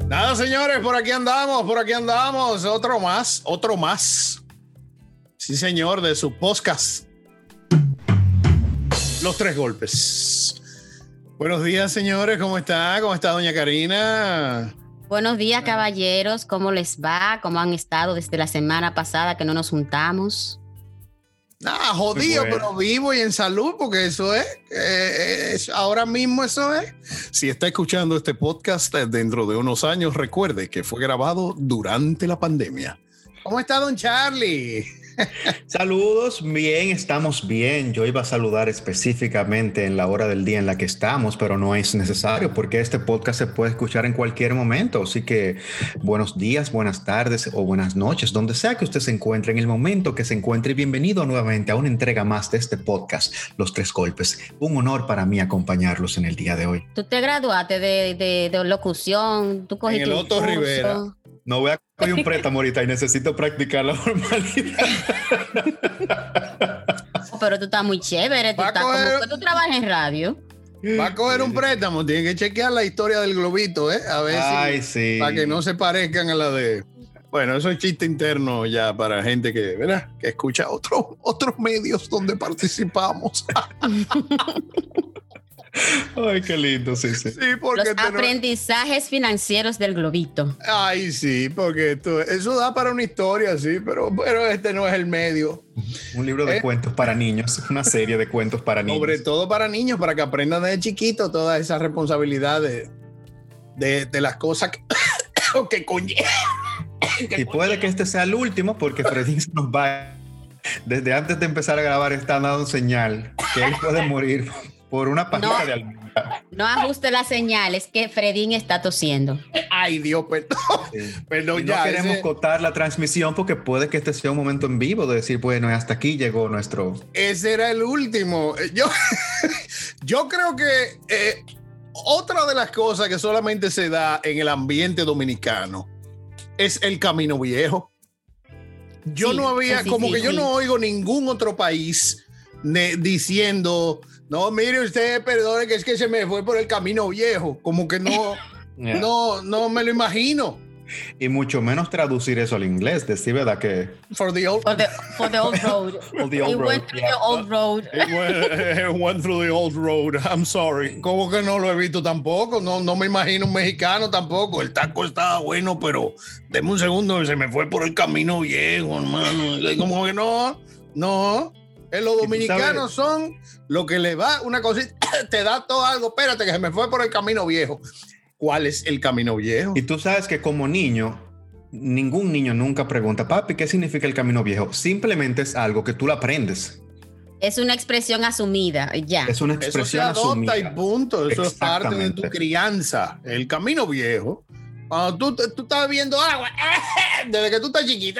Nada, señores, por aquí andamos, otro más. Sí, señor, de su podcast. Los Tres Golpes. Buenos días, señores, ¿cómo está? ¿Cómo está doña Karina? Buenos días, caballeros, ¿cómo les va? ¿Cómo han estado desde la semana pasada que no nos juntamos? Jodido, bueno, pero vivo y en salud, porque eso es, ahora mismo eso es. Si está escuchando este podcast dentro de unos años, recuerde que fue grabado durante la pandemia. ¿Cómo está don Charlie? Saludos, bien, estamos bien. Yo iba a saludar específicamente en la hora del día en la que estamos, pero no es necesario porque este podcast se puede escuchar en cualquier momento. Así que buenos días, buenas tardes o buenas noches, donde sea que usted se encuentre, en el momento que se encuentre. Bienvenido nuevamente a una entrega más de este podcast, Los Tres Golpes. Un honor para mí acompañarlos en el día de hoy. Tú te graduaste de locución, tú cogiste en el Otto Rivera. No voy a coger un préstamo ahorita y necesito practicar la formalidad. Pero tú estás muy chévere. Como que tú trabajas en radio. Va a coger un préstamo. Tiene que chequear la historia del globito, a ver sí. Para que no se parezcan a la de... Bueno, eso es chiste interno ya para gente que, ¿verdad? Que escucha otros medios donde participamos. Ay, qué lindo, sí. Sí, porque los aprendizajes financieros del globito. Ay, sí, porque eso da para una historia, sí, pero este no es el medio. Un libro de cuentos para niños, una serie de cuentos para niños. Sobre todo para niños, para que aprendan desde chiquito toda esa responsabilidad de las cosas que conlleva. Y puede que este sea el último, porque Fredín se nos va. Desde antes de empezar a grabar está dando señal que él puede morir por una pajita de almendra. No ajuste las señales, que Fredín está tosiendo. Ay, Dios, perdón. Sí. Perdón, ya. No queremos cortar la transmisión porque puede que este sea un momento en vivo de decir, bueno, hasta aquí llegó nuestro... Ese era el último. Yo creo que otra de las cosas que solamente se da en el ambiente dominicano es el camino viejo. Yo no oigo ningún otro país diciendo... No, mire usted, perdone, que es que se me fue por el camino viejo. Como que no me lo imagino. Y mucho menos traducir eso al inglés. Decir, ¿verdad? Que... For the old road. For the old road. It went through the old road. It went through the old road. I'm sorry. Como que no lo he visto tampoco. No me imagino un mexicano tampoco. El taco estaba bueno, pero deme un segundo, se me fue por el camino viejo, hermano. Como que no. Los dominicanos son lo que le va una cosita, te da todo algo, espérate que se me fue por el camino viejo. ¿Cuál es el camino viejo? Y tú sabes que como niño, ningún niño nunca pregunta, papi, ¿qué significa el camino viejo? Simplemente es algo que tú lo aprendes. Es una expresión asumida, ya. Es una expresión asumida. Eso se adopta y punto. Eso es parte de tu crianza. El camino viejo. Cuando tú estás bebiendo agua, desde que tú estás chiquita,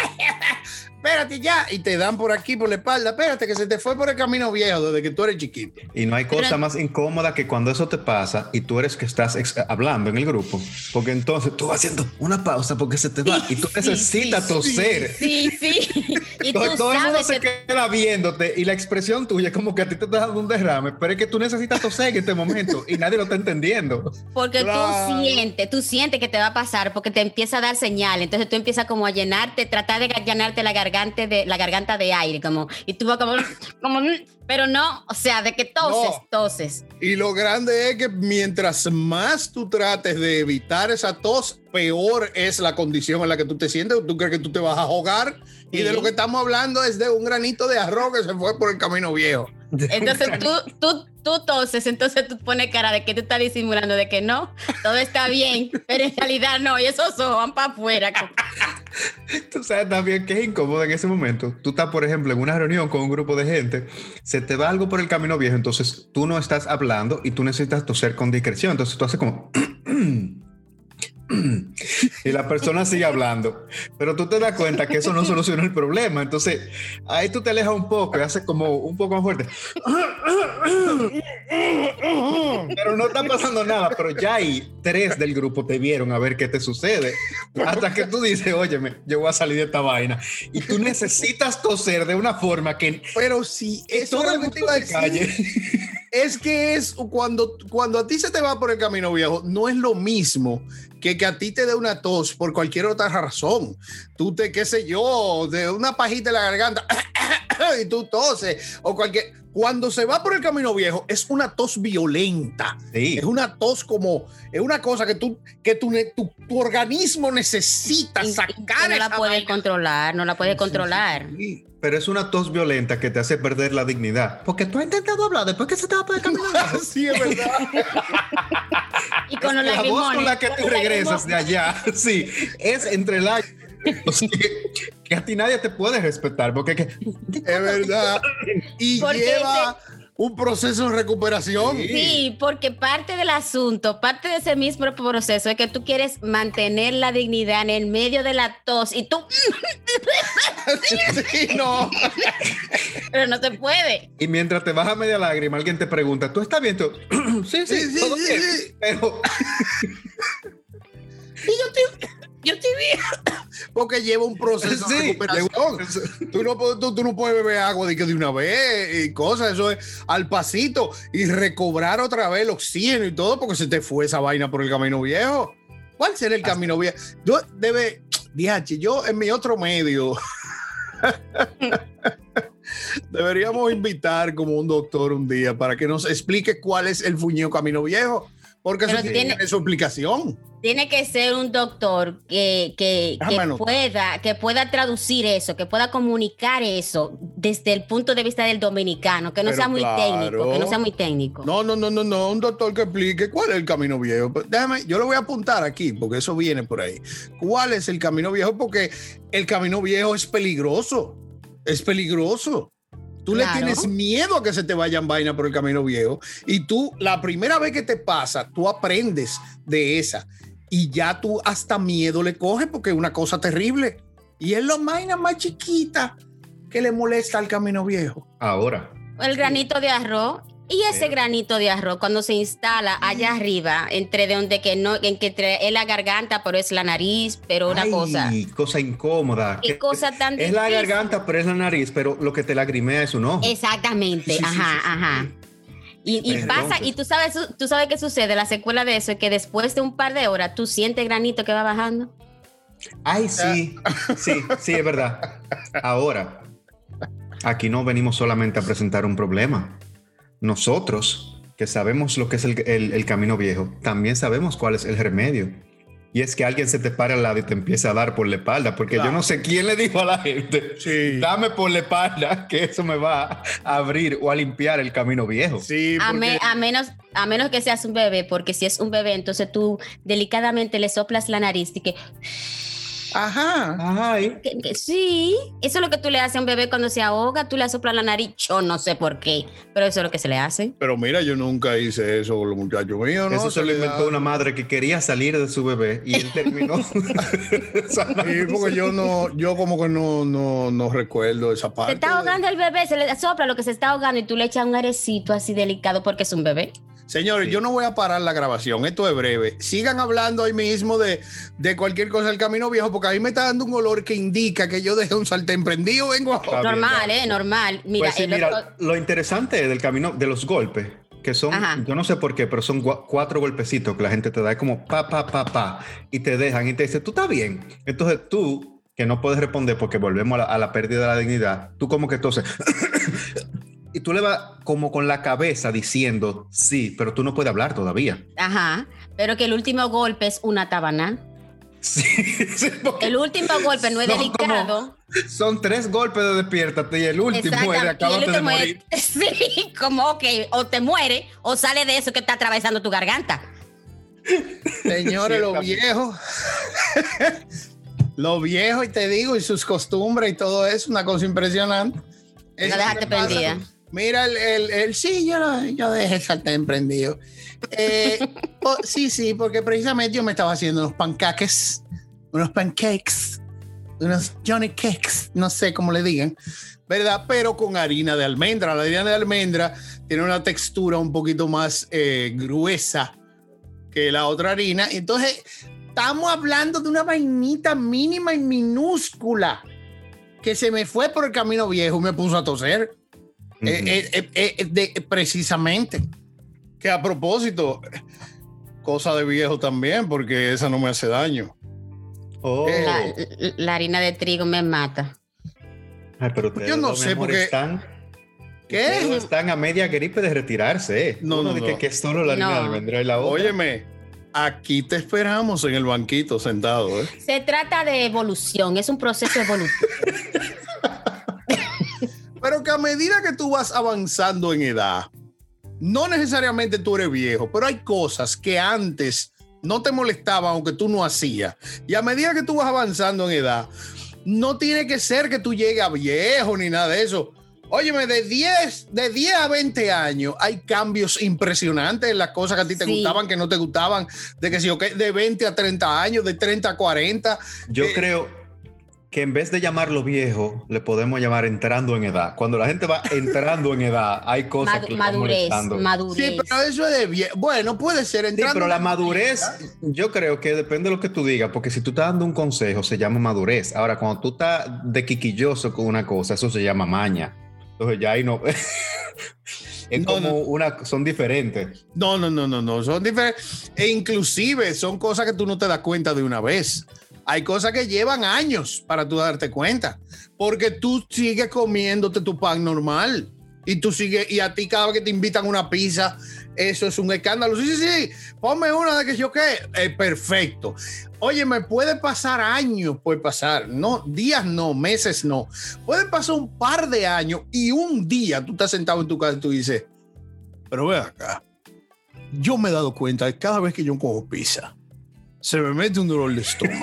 espérate ya, y te dan por aquí, por la espalda, espérate que se te fue por el camino viejo desde que tú eres chiquito. Y no hay cosa más incómoda que cuando eso te pasa y tú eres que estás hablando en el grupo, porque entonces tú vas haciendo una pausa porque se te va y tú necesitas toser. Sí. Y todo el mundo se queda viéndote y la expresión tuya es como que a ti te está dando un derrame, pero es que tú necesitas toser en este momento y nadie lo está entendiendo. Porque tú sientes que te va a pasar porque te empieza a dar señal, entonces tú empiezas como a llenarte, tratar de llenarte la garganta de aire, como, y tú vas como pero no, o sea, de que toses. Y lo grande es que mientras más tú trates de evitar esa tos, peor es la condición en la que tú te sientes. Tú crees que tú te vas a ahogar, y de lo que estamos hablando es de un granito de arroz que se fue por el camino viejo. Entonces tú toses, entonces tú pones cara de que tú estás disimulando, de que no, todo está bien, pero en realidad no, y esos ojos van para afuera. Tú sabes también que es incómodo en ese momento. Tú estás, por ejemplo, en una reunión con un grupo de gente, se te va algo por el camino viejo, entonces tú no estás hablando y tú necesitas toser con discreción, entonces tú haces como... y la persona sigue hablando, pero tú te das cuenta que eso no soluciona el problema, entonces ahí tú te alejas un poco y haces como un poco más fuerte, pero no está pasando nada, pero ya hay 3 del grupo te vieron a ver qué te sucede, hasta que tú dices, óyeme, yo voy a salir de esta vaina, y tú necesitas toser de una forma que pero si eso todo el mundo te calle. Es que es cuando a ti se te va por el camino viejo, no es lo mismo que a ti te dé una tos por cualquier otra razón. Tú qué sé yo, de una pajita en la garganta y tú toses o cualquier. Cuando se va por el camino viejo, es una tos violenta. Sí. Es una tos es una cosa que tu organismo necesita sacar. No la puedes controlar, no la puedes controlar. Sí. Pero es una tos violenta que te hace perder la dignidad. Porque tú has intentado hablar después que se te va por el camino viejo. Sí, es verdad. Y con los La voz con la que tú regresas de allá, sí, es entre la... O sea, que a ti nadie te puede respetar porque es verdad. Y porque lleva un proceso de recuperación. Sí, porque parte del asunto, parte de ese mismo proceso es que tú quieres mantener la dignidad en el medio de la tos y tú... Sí, no. Pero no se puede. Y mientras te baja media lágrima, alguien te pregunta, ¿tú estás bien? Tú, sí, todo bien. Sí. Pero... Yo estoy bien. Porque lleva un proceso de recuperación. Tú no puedes beber agua de una vez y cosas. Eso es al pasito y recobrar otra vez el oxígeno y todo porque se te fue esa vaina por el camino viejo. ¿Cuál será el camino viejo? Yo en mi otro medio deberíamos invitar como un doctor un día para que nos explique cuál es el fuñido camino viejo. Porque eso tiene su explicación. Tiene que ser un doctor que pueda traducir eso, que pueda comunicar eso desde el punto de vista del dominicano, que no sea muy técnico, No, un doctor que explique cuál es el camino viejo. Déjame, yo lo voy a apuntar aquí, porque eso viene por ahí. ¿Cuál es el camino viejo? Porque el camino viejo es peligroso. Es peligroso. Tú le tienes miedo a que se te vayan vainas por el camino viejo y tú, la primera vez que te pasa, tú aprendes de esa y ya tú hasta miedo le coges porque es una cosa terrible y es la vaina más chiquita que le molesta al camino viejo. Ahora. El granito de arroz. Y ese granito de arroz cuando se instala allá arriba, entre es la garganta, pero es la nariz, pero una cosa incómoda. Qué cosa tan difícil. Es la garganta, pero es la nariz, pero lo que te lagrimea es un ojo. Exactamente, sí, ajá. Y pasa, y tú sabes qué sucede, la secuela de eso es que después de un par de horas tú sientes granito que va bajando. Ay, sí, es verdad. Ahora, aquí no venimos solamente a presentar un problema. Nosotros, que sabemos lo que es el camino viejo, también sabemos cuál es el remedio. Y es que alguien se te para al lado y te empieza a dar por la espalda, porque yo no sé quién le dijo a la gente, dame por la espalda, que eso me va a abrir o a limpiar el camino viejo. Sí, porque... a menos que seas un bebé, porque si es un bebé, entonces tú delicadamente le soplas la nariz y que... Ajá. Sí, eso es lo que tú le haces a un bebé cuando se ahoga, tú le soplas la nariz, yo no sé por qué, pero eso es lo que se le hace. Pero mira, yo nunca hice eso con los muchachos míos, ¿no? Eso se lo inventó una madre que quería salir de su bebé y él terminó. Sí, porque yo como que no recuerdo esa parte. Se está ahogando el bebé, se le sopla lo que se está ahogando y tú le echas un airecito así delicado porque es un bebé. Señores, yo no voy a parar la grabación, esto es breve. Sigan hablando ahí mismo de cualquier cosa del camino viejo, porque a mí me está dando un olor que indica que yo dejé un sartén prendido, vengo a... Normal. Mira, pues sí, lo interesante del camino, de los golpes, que son, yo no sé por qué, pero son 4 golpecitos que la gente te da como pa, y te dejan y te dicen, ¿tú estás bien? Entonces tú, que no puedes responder porque volvemos a la pérdida de la dignidad, tú como que entonces... Y tú le vas como con la cabeza diciendo sí, pero tú no puedes hablar todavía. Ajá, pero que el último golpe es una tabana. Sí, el último golpe no es delicado. Son 3 golpes de despiértate y el último es de acábate de morir. Sí, como ok, o te muere o sale de eso que está atravesando tu garganta. Señores, lo viejo, y te digo, y sus costumbres y todo eso, una cosa impresionante. No dejarte prendida. Mira, sí, yo dejé el sartén prendido. Sí, porque precisamente yo me estaba haciendo unos pancakes, unos Johnny Cakes, no sé cómo le digan, ¿verdad? Pero con harina de almendra. La harina de almendra tiene una textura un poquito más gruesa que la otra harina. Entonces, estamos hablando de una vainita mínima y minúscula que se me fue por el camino viejo y me puso a toser. Precisamente. Que a propósito, cosa de viejo también, porque esa no me hace daño. Oh. La harina de trigo me mata. Ay, pero ustedes Yo no dos, mi sé amor, porque... ustedes están a media gripe de retirarse. No. Que es solo la harina de almendra y la otra. Óyeme, aquí te esperamos en el banquito sentado. Se trata de evolución, es un proceso evolutivo. Pero que a medida que tú vas avanzando en edad, no necesariamente tú eres viejo, pero hay cosas que antes no te molestaban aunque tú no hacías. Y a medida que tú vas avanzando en edad, no tiene que ser que tú llegues a viejo ni nada de eso. Óyeme, de 10 a 20 años hay cambios impresionantes en las cosas que a ti te gustaban, que no te gustaban, de que sí, okay, de 20 a 30 años, de 30 a 40. Yo creo que en vez de llamarlo viejo, le podemos llamar entrando en edad. Cuando la gente va entrando en edad, hay cosas que madurez. Sí, pero eso es de viejo. Bueno, puede ser entrando. Sí, pero la madurez, yo creo que depende de lo que tú digas, porque si tú estás dando un consejo, se llama madurez. Ahora, cuando tú estás de quiquilloso con una cosa, eso se llama maña. Entonces ya ahí no... son diferentes. No, son diferentes. E inclusive son cosas que tú no te das cuenta de una vez. Hay cosas que llevan años para tú darte cuenta, porque tú sigues comiéndote tu pan normal y a ti cada vez que te invitan una pizza, eso es un escándalo. Sí, ponme una de que yo qué, perfecto. Oye, me puede pasar años, puede pasar, no, días no, meses no, puede pasar un par de años y un día tú estás sentado en tu casa y tú dices, pero ve acá, yo me he dado cuenta de cada vez que yo como pizza, se me mete un dolor de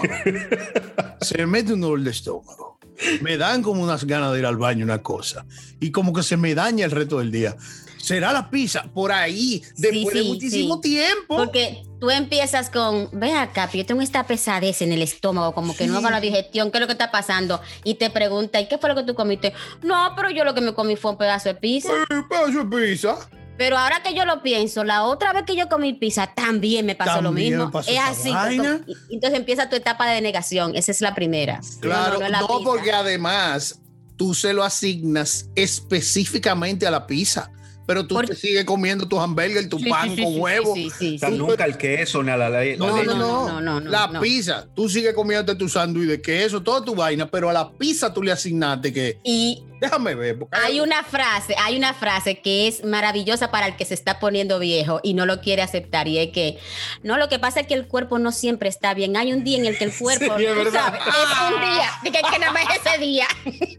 estómago. Me dan como unas ganas de ir al baño, una cosa. Y como que se me daña el resto del día. ¿Será la pizza? Por ahí, después de muchísimo tiempo. Porque tú empiezas con, ve acá, yo tengo esta pesadez en el estómago, como que no hago la digestión, ¿qué es lo que está pasando? Y te pregunta, ¿y qué fue lo que tú comiste? No, pero yo lo que me comí fue un pedazo de pizza. Un pedazo de pizza. Pero ahora que yo lo pienso, la otra vez que yo comí pizza también me pasó lo mismo. Es así. Entonces empieza tu etapa de negación. Esa es la primera. Claro, no porque además tú se lo asignas específicamente a la pizza. Pero tú te sigues comiendo tus hamburguesas, tu pan con huevo. Nunca el queso ni la leche. No. La pizza, tú sigues comiéndote tu sándwich de queso, toda tu vaina, pero a la pizza tú le asignaste que... Y déjame ver. Hay una frase que es maravillosa para el que se está poniendo viejo y no lo quiere aceptar, y es que, no, lo que pasa es que el cuerpo no siempre está bien. Hay un día en el que el cuerpo, sí, es ¿sabes? Es un día, que nada más es ese día.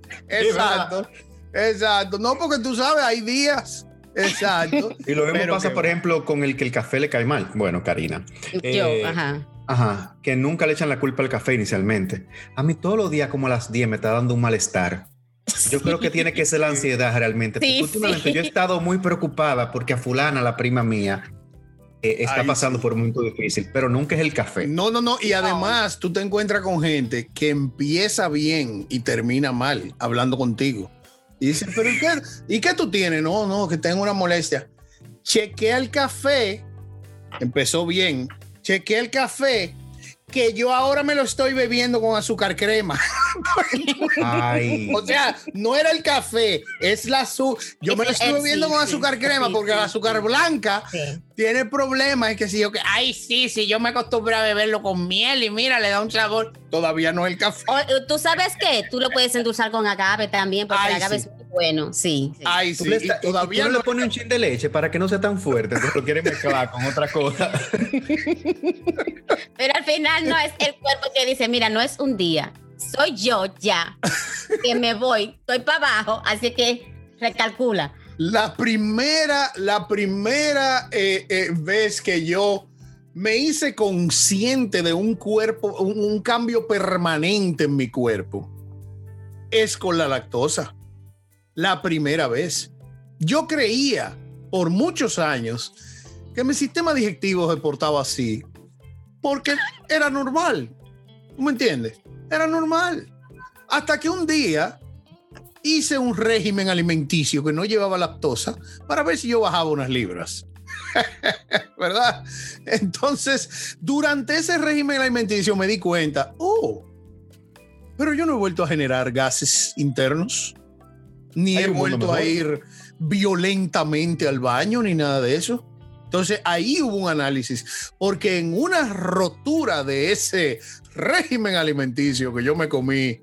Exacto. No, porque tú sabes, hay días... Exacto. Y lo mismo pasa, por ejemplo, con el que el café le cae mal. Bueno, Karina. Ajá, que nunca le echan la culpa al café inicialmente. A mí todos los días como a las 10 me está dando un malestar. Yo creo que tiene que ser la ansiedad realmente. Porque últimamente yo he estado muy preocupada porque a fulana, la prima mía, está pasando por un momento difícil, pero nunca es el café. No. Y además tú te encuentras con gente que empieza bien y termina mal hablando contigo. Y dice, pero ¿y qué tú tienes? No, que tengo una molestia. Chequea el café. Empezó bien. Chequea el café que yo ahora me lo estoy bebiendo con azúcar crema. Ay. O sea, no era el café, es la azúcar. Yo me lo estoy bebiendo con azúcar crema porque la azúcar blanca tiene problemas. Es que si yo yo me acostumbré a beberlo con miel y mira, le da un sabor. Todavía no es el café. ¿Tú sabes qué? Tú lo puedes endulzar con agave también, porque el agave es muy bueno. Sí. Ay, sí. Todavía no le pone un chin de leche para que no sea tan fuerte, porque lo quiere mezclar con otra cosa. Pero al final no es el cuerpo que dice, mira, no es un día, soy yo ya, que me voy, estoy para abajo, así que recalcula. La primera vez que yo me hice consciente de un cuerpo, un cambio permanente en mi cuerpo, es con la lactosa. La primera vez. Yo creía por muchos años que mi sistema digestivo se portaba así porque era normal. ¿Tú me entiendes? Era normal. Hasta que un día hice un régimen alimenticio que no llevaba lactosa para ver si yo bajaba unas libras. ¿Verdad? Entonces, durante ese régimen alimenticio me di cuenta, pero yo no he vuelto a generar gases internos, ni he vuelto a ir violentamente al baño ni nada de eso. Entonces ahí hubo un análisis, porque en una rotura de ese régimen alimenticio que yo me comí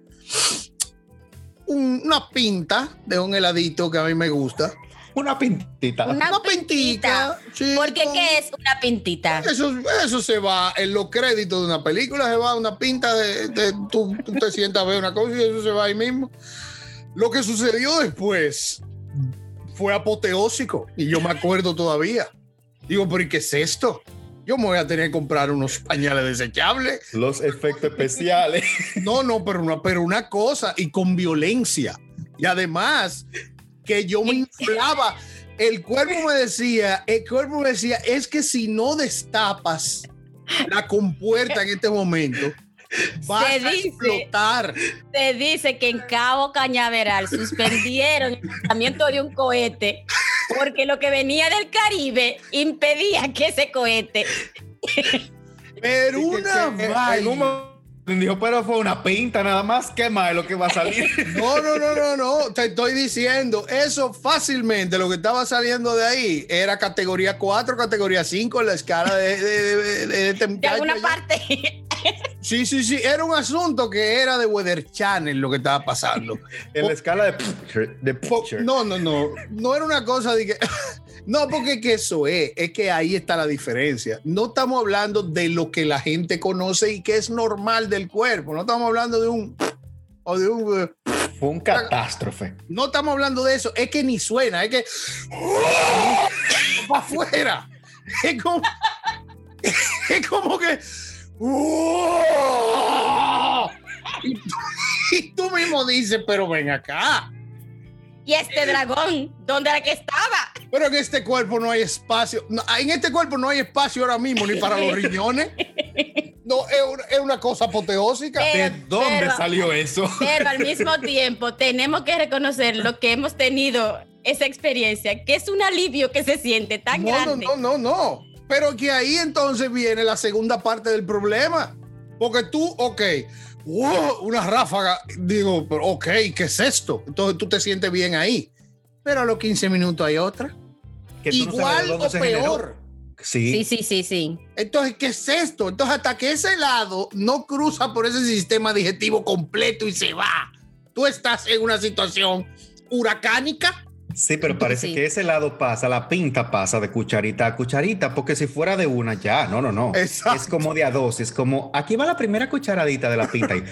una pinta de un heladito que a mí me gusta. Una pintita. Una pintita. Sí, ¿Por qué? ¿Qué es una pintita? Eso se va en los créditos de una película, se va una pinta tú te sientas a ver una cosa y eso se va ahí mismo. Lo que sucedió después fue apoteósico y yo me acuerdo todavía. Digo, ¿pero y qué es esto? Yo me voy a tener que comprar unos pañales desechables. Los efectos especiales. No, pero una cosa, y con violencia. Y además, que yo me inflaba. El cuerpo me decía, es que si no destapas la compuerta en este momento, vas a explotar. Se dice que en Cabo Cañaveral suspendieron el lanzamiento de un cohete porque lo que venía del Caribe impedía que ese cohete. Pero una vaina. Dijo, pero fue una pinta nada más, ¿qué más es lo que va a salir? No, te estoy diciendo, eso fácilmente, lo que estaba saliendo de ahí era categoría 4, categoría 5 en la escala de este muchacho. De alguna parte. Sí, era un asunto que era de Weather Channel lo que estaba pasando. En la escala de picture. No era una cosa de que... No, porque que eso es que ahí está la diferencia. No estamos hablando de lo que la gente conoce y que es normal del cuerpo. No estamos hablando de un... Fue un catástrofe. No estamos hablando de eso. Es que ni suena. Es que... para afuera. Es como que... Y tú mismo dices, pero ven acá. ¿Y este dragón? ¿Dónde era que estaba? Pero en este cuerpo no hay espacio. No, en este cuerpo no hay espacio ahora mismo ni para los riñones. No, es una cosa apoteósica. ¿De dónde salió eso? Pero al mismo tiempo tenemos que reconocer lo que hemos tenido esa experiencia, que es un alivio que se siente tan grande. No. Pero que ahí entonces viene la segunda parte del problema. Porque tú, una ráfaga, digo, pero ¿qué es esto? Entonces tú te sientes bien ahí. Pero a los 15 minutos hay otra. Igual o peor. Sí. Entonces, ¿qué es esto? Entonces, hasta que ese helado no cruza por ese sistema digestivo completo y se va, tú estás en una situación huracánica. Sí, pero parece que ese helado pasa, la pinta pasa de cucharita a cucharita, porque si fuera de una ya, no. Exacto. Es como de a dos, es como, aquí va la primera cucharadita de la pinta y...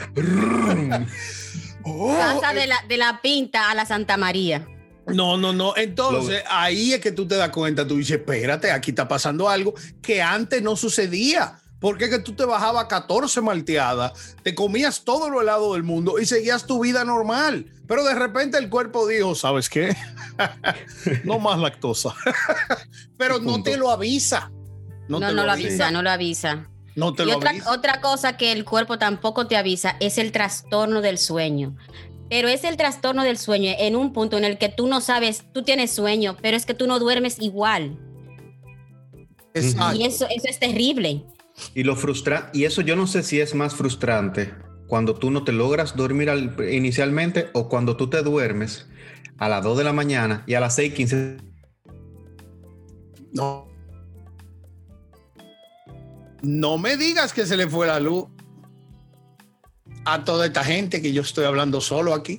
Pasa de la pinta a la Santa María. No. Entonces, ahí es que tú te das cuenta, tú dices, espérate, aquí está pasando algo que antes no sucedía. Porque es que tú te bajabas 14 malteadas, te comías todo lo helado del mundo y seguías tu vida normal. Pero de repente el cuerpo dijo, ¿sabes qué? No más lactosa. Pero no te lo avisa. No lo avisa. No te y lo avisa. Otra cosa que el cuerpo tampoco te avisa es el trastorno del sueño. Pero es el trastorno del sueño en un punto en el que tú no sabes, tú tienes sueño, pero es que tú no duermes igual. Exacto. Y eso es terrible. Y lo frustra, y eso yo no sé si es más frustrante cuando tú no te logras dormir inicialmente o cuando tú te duermes a las 2 de la mañana y a las 6:15. No me digas que se le fue la luz a toda esta gente que yo estoy hablando solo aquí.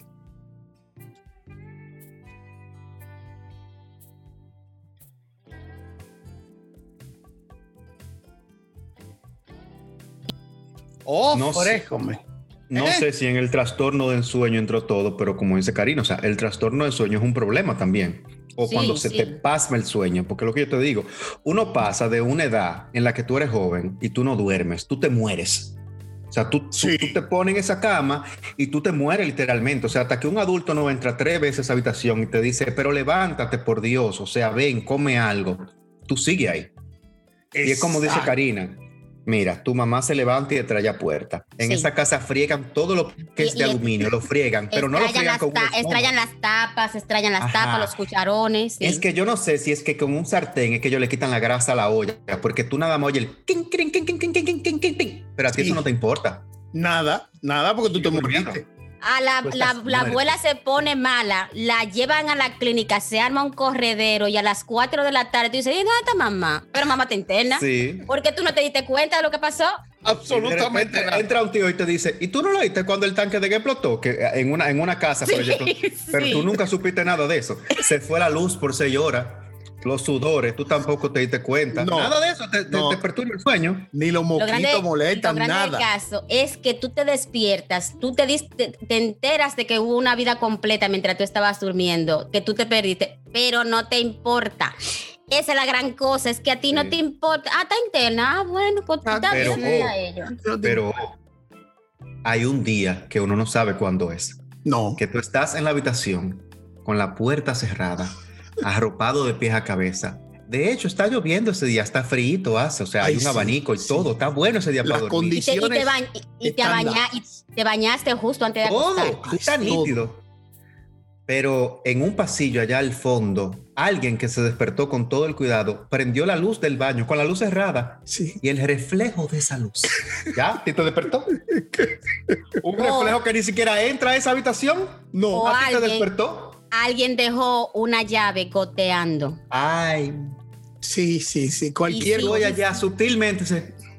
No sé si en el trastorno del sueño entró todo, pero como dice Karina, o sea, el trastorno del sueño es un problema también. O cuando se te pasma el sueño, porque lo que yo te digo, uno pasa de una edad en la que tú eres joven y tú no duermes, tú te mueres. O sea, tú te pones en esa cama y tú te mueres literalmente. O sea, hasta que un adulto no entra 3 veces a esa habitación y te dice, pero levántate por Dios, o sea, ven, come algo. Tú sigue ahí. Exacto. Y es como dice Karina. Mira, tu mamá se levanta y te trae a puerta. En esa casa friegan todo lo que es de aluminio, lo friegan, pero no lo friegan con extrañan las tapas, los cucharones. Sí. Es que yo no sé si es que con un sartén es que ellos le quitan la grasa a la olla, porque tú nada más oyes el king, pero a ti eso no te importa. Nada, porque tú te moriste. la abuela se pone mala, la llevan a la clínica, se arma un corredero y a las 4 de la tarde tú dices, ¿dónde está mamá? Pero mamá te interna. Sí. ¿Por qué tú no te diste cuenta de lo que pasó? Absolutamente nada. Entra un tío y te dice, ¿y tú no lo viste cuando el tanque de gas explotó? Que en una casa, por ejemplo. Pero tú nunca supiste nada de eso. Se fue la luz por 6 horas. Los sudores, tú tampoco te diste cuenta. No, nada de eso te perturba el sueño. Ni los moquitos molestan, lo grande nada. del caso es que tú te despiertas, te enteras de que hubo una vida completa mientras tú estabas durmiendo, que tú te perdiste, pero no te importa. Esa es la gran cosa, es que a ti no te importa. Ah, está interna. Ah, bueno, pues está bien a ellos. Pero hay un día que uno no sabe cuándo es. No. Que tú estás en la habitación con la puerta cerrada, arropado de pies a cabeza. De hecho, está lloviendo ese día, está frío, hace, o sea, hay un abanico y todo. Está bueno ese día para dormir. Te bañaste justo antes de acostar. Todo, está nítido. Pero en un pasillo allá al fondo, alguien que se despertó con todo el cuidado, prendió la luz del baño con la luz cerrada. Sí. Y el reflejo de esa luz. ¿Ya? ¿Te despertó? Un reflejo que ni siquiera entra a esa habitación. No. ¿A ti te despertó? Alguien dejó una llave goteando. Ay. Sí. Cualquier voy allá sutilmente.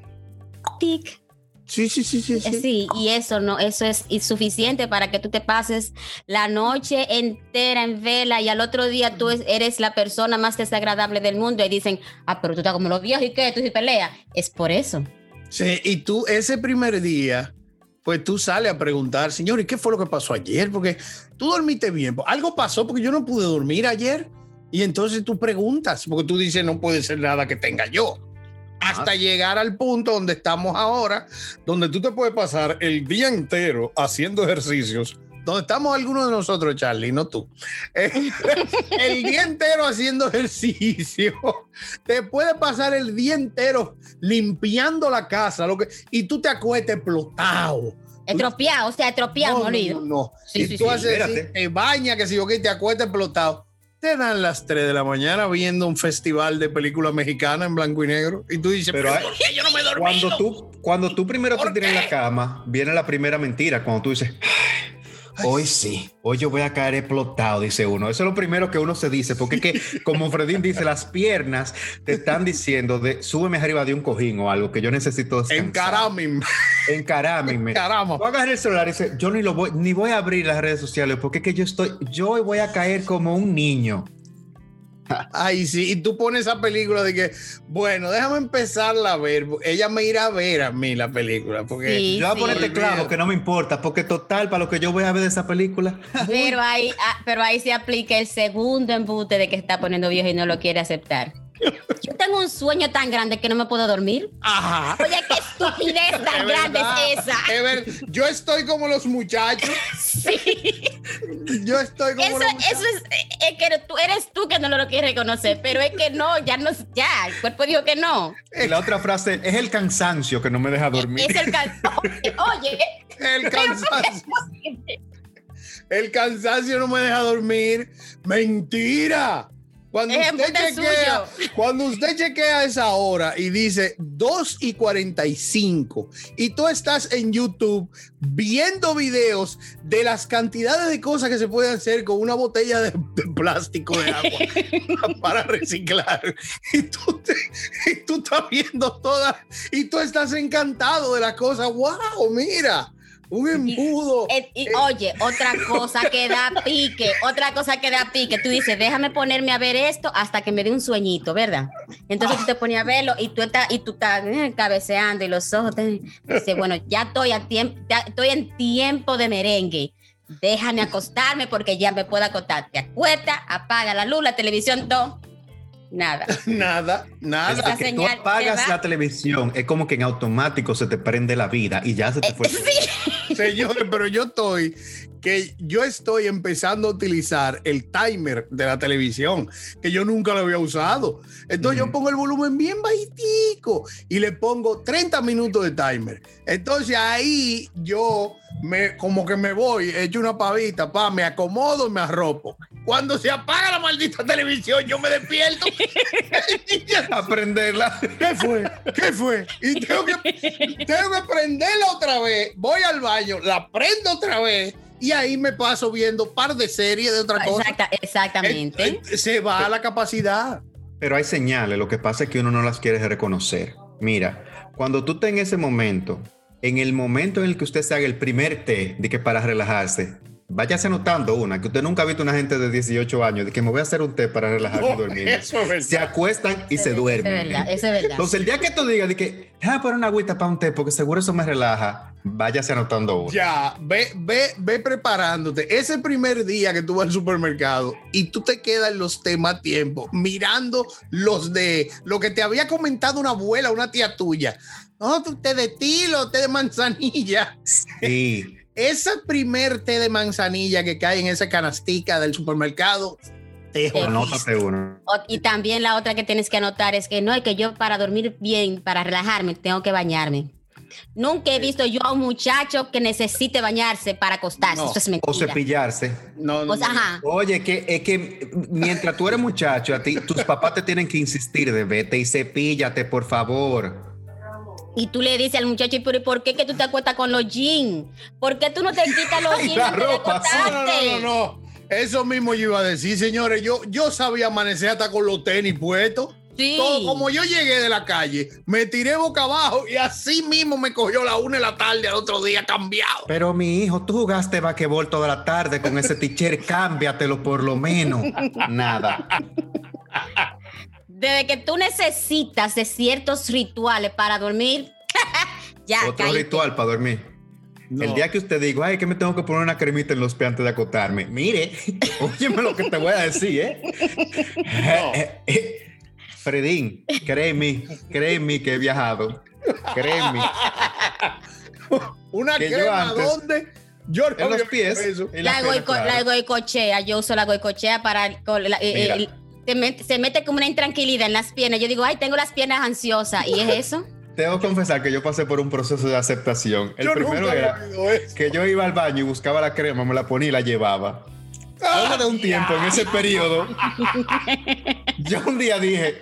Tic. Sí. Sí, y eso es insuficiente para que tú te pases la noche entera en vela y al otro día tú eres la persona más desagradable del mundo y dicen, pero tú estás como los viejos y qué, tú sí peleas. Es por eso. Sí, y tú ese primer día, pues tú sales a preguntar, señor, ¿y qué fue lo que pasó ayer? Porque tú dormiste bien. Algo pasó porque yo no pude dormir ayer. Y entonces tú preguntas, porque tú dices, no puede ser nada que tenga yo. Hasta llegar al punto donde estamos ahora, donde tú te puedes pasar el día entero haciendo ejercicios, donde estamos algunos de nosotros, Charlie, no tú. El día entero haciendo ejercicio. Te puedes pasar el día entero limpiando la casa, y tú te acuestas explotado. Estropeado, molido. No. Sí, y tú haces así, te bañas, que si yo que te acuestas explotado. Te dan las 3 de la mañana viendo un festival de película mexicana en blanco y negro. Y tú dices, pero ¿por qué yo no me he dormido? Cuando tú primero te tiras en la cama, viene la primera mentira. Cuando tú dices, hoy sí, hoy yo voy a caer explotado, dice uno. Eso es lo primero que uno se dice, porque es que, como Fredín dice, las piernas te están diciendo súbeme arriba de un cojín o algo que yo necesito descansar. Encarámenme. Tú agarras el celular y dices, yo ni voy a abrir las redes sociales porque es que yo voy a caer como un niño. Ay, sí, y tú pones esa película de que, bueno, déjame empezarla a ver. Ella me irá a ver a mí la película, porque sí, yo voy a ponerte claro que no me importa, porque total, para lo que yo voy a ver de esa película. Pero ahí se aplica el segundo embute de que está poniendo viejo y no lo quiere aceptar. Yo tengo un sueño tan grande que no me puedo dormir. Ajá. Oye, qué estupidez tan grande es esa. Yo estoy como los muchachos. Sí. Yo estoy como los muchachos. Eso es que eres tú que no lo quieres reconocer, pero es que no, ya, el cuerpo dijo que no. Y la otra frase es el cansancio que no me deja dormir. Es el cansancio. Oye. El cansancio. El cansancio no me deja dormir. Mentira. Cuando usted chequea esa hora y dice 2:45 y tú estás en YouTube viendo videos de las cantidades de cosas que se pueden hacer con una botella de plástico de agua para reciclar y tú estás viendo todas y tú estás encantado de la cosa. ¡Wow! Mira. Un embudo. Oye, otra cosa que da pique. Tú dices, déjame ponerme a ver esto hasta que me dé un sueñito, ¿verdad? Entonces tú te pones a verlo y tú estás cabeceando y los ojos te dices, bueno, ya estoy en tiempo de merengue. Déjame acostarme porque ya me puedo acostar. Te acuestas, apaga la luz, la televisión, todo. Nada. Desde que tú apagas la televisión, es como que en automático se te prende la vida y ya se te fue. Sí. Señores, pero yo estoy empezando a utilizar el timer de la televisión, que yo nunca lo había usado. Entonces yo pongo el volumen bien bajitico y le pongo 30 minutos de timer. Entonces ahí yo como que me voy, echo una pavita, me acomodo y me arropo. Cuando se apaga la maldita televisión, yo me despierto a prenderla. ¿Qué fue? Y tengo que prenderla otra vez. Voy al baño, la prendo otra vez y ahí me paso viendo par de series de otra cosa. Exactamente. Se va a la capacidad. Pero hay señales, lo que pasa es que uno no las quiere reconocer. Mira, cuando tú estés en ese momento, en el momento en el que usted se haga el primer té de que para relajarse, váyase anotando una, que usted nunca ha visto una gente de 18 años, de que me voy a hacer un té para relajarme y dormir. Se acuestan y se duermen. Eso es verdad. Entonces, el día que tú digas de que déjame poner una agüita para un té, porque seguro eso me relaja, váyase anotando una. Ya, ve preparándote. Ese primer día que tú vas al supermercado y tú te quedas en los temas tiempo, mirando lo que te había comentado una abuela, una tía tuya. No, té de tilo, té de manzanilla. Sí. Ese primer té de manzanilla que cae en esa canastica del supermercado, Anótate uno. Y también la otra que tienes que anotar es que no, es que yo para dormir bien, para relajarme, tengo que bañarme. Nunca he visto yo a un muchacho que necesite bañarse para acostarse. Eso es mentira. O cepillarse. Ajá. Oye, es que mientras tú eres muchacho, a ti, tus papás te tienen que insistir de vete y cepíllate, por favor. Y tú le dices al muchacho, ¿y por qué que tú te acuestas con los jeans? ¿Por qué tú no te quitas los jeans la antes de ropa? acostarte? No. Eso mismo yo iba a decir, señores. Yo sabía amanecer hasta con los tenis puestos. Sí. Todo, como yo llegué de la calle, me tiré boca abajo y así mismo me cogió la 1 de la tarde al otro día cambiado. Pero mi hijo, tú jugaste basquetbol toda la tarde con ese t-shirt, cámbiatelo por lo menos. Nada. Desde que tú necesitas de ciertos rituales para dormir, ya. Otro cállate. ritual para dormir. No. El día que usted diga, ay, que me tengo que poner una cremita en los pies antes de acostarme. Mire, óyeme lo que te voy a decir, Fredín, créeme que he viajado. Créeme. Una que crema, yo antes, ¿dónde? Yo no en los había pies. visto eso. En las La piernas, claro. goicochea, yo uso la goicochea para... Mira. se mete como una intranquilidad en las piernas. Yo digo, ay, tengo las piernas ansiosas. ¿Y es eso? Tengo que confesar que yo pasé por un proceso de aceptación. El Yo primero nunca era había oído eso. que yo iba al baño y buscaba la crema, me la ponía y la llevaba. Luego de un tiempo, en ese periodo, yo un día dije,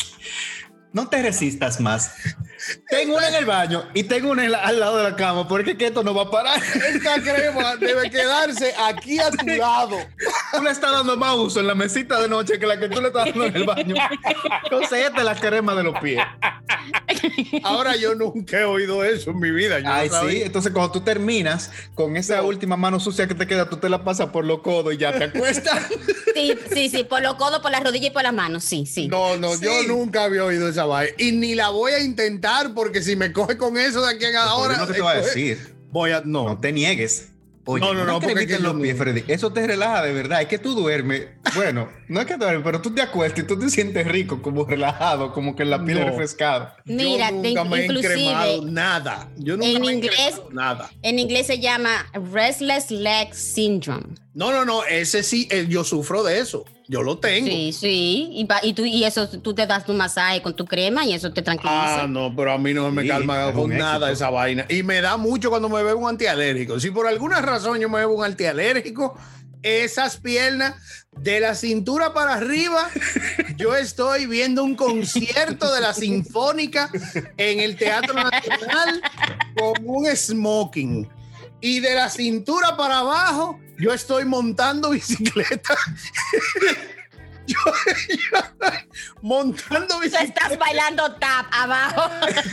no te resistas más. Tengo una en el baño y tengo una al lado de la cama, porque es que esto no va a parar. Esta crema debe quedarse aquí a tu lado. Tú le estás dando más uso en la mesita de noche que la que tú le estás dando en el baño. Entonces, esta es la crema de los pies. Ahora yo nunca he oído eso en mi vida. Yo Ay, no sabía. sí. Entonces, cuando tú terminas con esa última mano sucia que te queda, tú te la pasas por los codos y ya te acuestas. Sí, por los codos, por las rodillas y por las manos, sí. No, Sí. yo nunca había oído esa vaina. Y ni la voy a intentar porque si me coge con eso de aquí a ahora. Yo no te voy a decir. No. No te niegues. Oye, No, una porque cremita es en que los yo pies, no. Freddy. Eso te relaja de verdad. Es que tú duermes. Bueno, no es que duermes, pero tú te acuestas y tú te sientes rico, como relajado, como que la piel No. refrescada. Mira, yo nunca me he inclusive, encremado nada. Yo nunca en me he inglés- encremado nada. en inglés se llama Restless Leg Syndrome. No. Ese sí, yo sufro de eso. Yo lo tengo. Sí. Y eso tú te das tu masaje con tu crema y eso te tranquiliza. Ah, no, pero a mí no me Sí, calma es con un nada éxito. esa vaina. Y me da mucho cuando me bebo un antialérgico. Si por alguna razón yo me bebo un antialérgico, esas piernas de la cintura para arriba, yo estoy viendo un concierto de la Sinfónica en el Teatro Nacional con un smoking. Y de la cintura para abajo, yo estoy montando bicicleta. Yo montando Tú bicicleta. estás bailando tap abajo.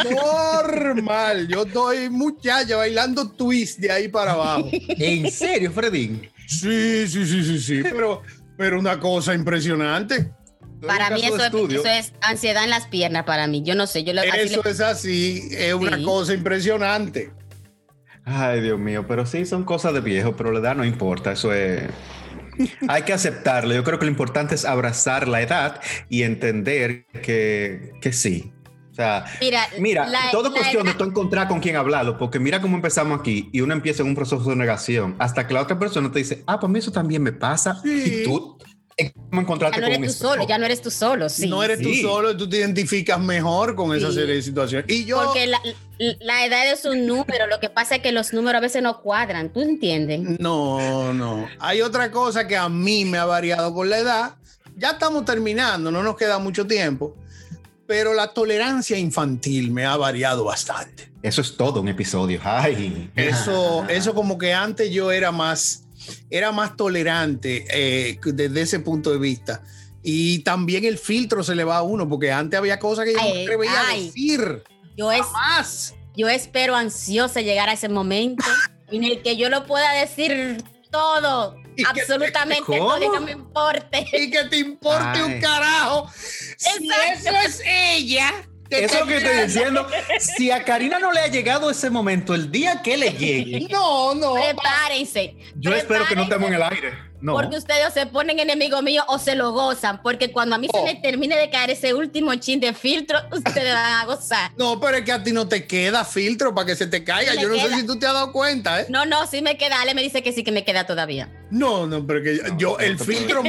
Normal, yo estoy muchacha bailando twist de ahí para abajo. ¿En serio, Freddy? Sí, pero una cosa impresionante. Para mí eso es ansiedad en las piernas para mí. Yo no sé, Eso es así, es una Sí. cosa impresionante. Ay, Dios mío, pero sí son cosas de viejo, pero la edad no importa, eso es... Hay que aceptarlo. Yo creo que lo importante es abrazar la edad y entender que sí. O sea, mira, todo es cuestión de tú encontrar con quién hablarlo, porque mira cómo empezamos aquí y uno empieza en un proceso de negación hasta que la otra persona te dice, para mí eso también me pasa. Sí. Y tú, ¿cómo encontrarte ya no con un eres tú espejo? solo, ya no eres tú solo, sí. No eres tú Sí. solo, tú te identificas mejor con esa Sí. serie de situaciones. Y yo, Porque la edad es un número, lo que pasa es que los números a veces no cuadran, ¿tú entiendes? no. Hay otra cosa que a mí me ha variado con la edad. Ya estamos terminando, no nos queda mucho tiempo. pero la tolerancia infantil me ha variado bastante. Eso es todo un episodio. Ay. Eso como que antes yo era más tolerante desde ese punto de vista. Y también el filtro se le va a uno, porque antes había cosas que yo no me atrevía a decir. Yo espero ansiosa llegar a ese momento en el que yo lo pueda decir todo. Absolutamente todo y no me importe. Y que te importe un carajo. Si eso es ella. Eso es lo que estoy diciendo. Si a Karina no le ha llegado ese momento, el día que le llegue. No. Prepárense. Yo espero que no estemos en el aire. No. Porque ustedes o se ponen enemigos míos o se lo gozan. Porque cuando a mí se me termine de caer ese último chin de filtro, ustedes van a gozar. No, pero es que a ti no te queda filtro para que se te caiga. Yo no sé si tú te has dado cuenta, ¿eh? No, sí me queda. Ale me dice que sí que me queda todavía. No, pero que el filtro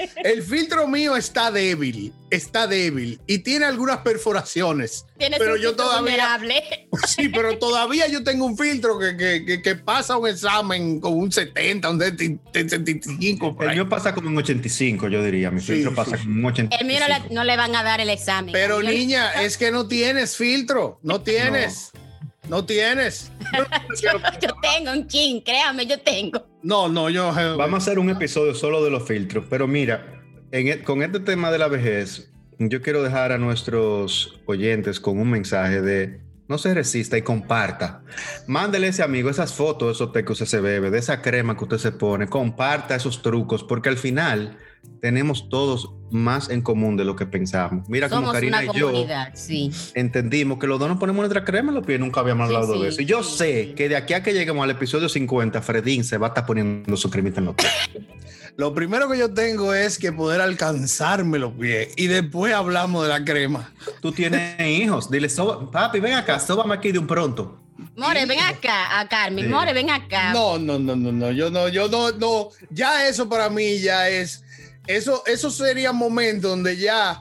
mío está débil. Y tiene algunas perforaciones. Pero yo todavía. Sí, pero todavía yo tengo un filtro que pasa un examen con un 70, un 75. El mío pasa como un 85, yo diría. Mi filtro pasa como un 85. El mío no le van a dar el examen. Pero niña, es que no tienes filtro. No tienes. No tienes. Yo tengo un chin, créame, yo tengo. No, yo. Vamos a hacer un episodio solo de los filtros. Pero mira, con este tema de la vejez, yo quiero dejar a nuestros oyentes con un mensaje de no se resista y comparta. Mándele a ese amigo esas fotos de esos té que usted se bebe, de esa crema que usted se pone. Comparta esos trucos, porque al final tenemos todos más en común de lo que pensamos. Mira, somos como Karina y yo entendimos que los dos nos ponemos nuestra crema en los pies. Nunca habíamos hablado de eso. Y yo sé que de aquí a que lleguemos al episodio 50, Fredín se va a estar poniendo su cremita en los pies. Lo primero que yo tengo es que poder alcanzarme los pies y después hablamos de la crema. Tú tienes hijos. Dile, papi, ven acá, sóbame aquí de un pronto. More, ven acá, a Carmen. Sí. More, ven acá. No. Yo no. Ya eso para mí ya es. Eso sería un momento donde ya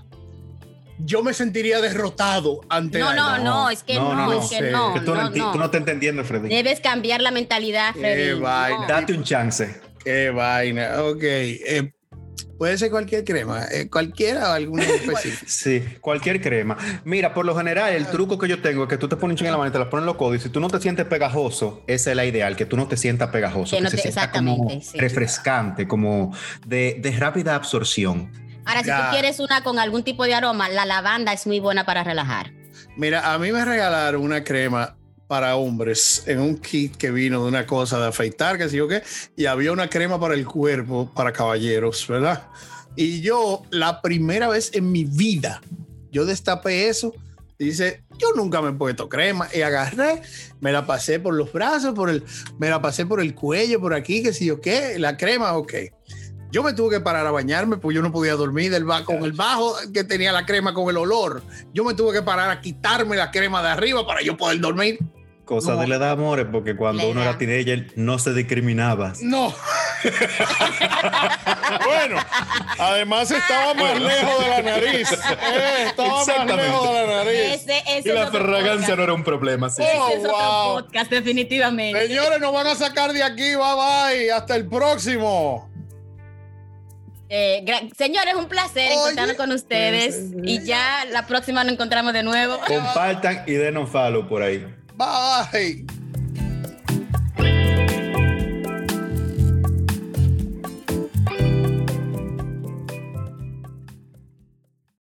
yo me sentiría derrotado ante No, es que no. Que tú no estás entendiendo, Freddy. Debes cambiar la mentalidad, Freddy. Qué vaina. Date un chance. Qué vaina. Ok. Puede ser cualquier crema, cualquiera o alguna específica. Sí, cualquier crema. Mira, por lo general, el truco que yo tengo es que tú te pones en la mano y te la pones en los codos. Y si tú no te sientes pegajoso, esa es la ideal, que tú no te sientas pegajoso, que se sienta como refrescante, como de rápida absorción. Ahora, si tú quieres una con algún tipo de aroma, la lavanda es muy buena para relajar. Mira, a mí me regalaron una crema para hombres en un kit que vino de una cosa de afeitar, que sé yo qué, y había una crema para el cuerpo para caballeros, ¿verdad? Y yo, la primera vez en mi vida, yo destapé eso, dice, yo nunca me he puesto crema, y agarré, me la pasé por los brazos, me la pasé por el cuello, por aquí, que sé yo qué, la crema, ok. Yo me tuve que parar a bañarme porque yo no podía dormir con el bajo que tenía la crema con el olor. Yo me tuve que parar a quitarme la crema de arriba para yo poder dormir. Cosa de la edad, amores, porque cuando uno era teenager no se discriminaba. No. Bueno, además estaba más lejos de la nariz. Estaba más lejos de la nariz. Y la fragancia no era un problema. Sí. Ese es otro podcast, definitivamente. Señores, nos van a sacar de aquí. Bye. Hasta el próximo. Señores, un placer encontrarnos con ustedes. Y ya la próxima nos encontramos de nuevo. Compartan y denos follow por ahí. Bye.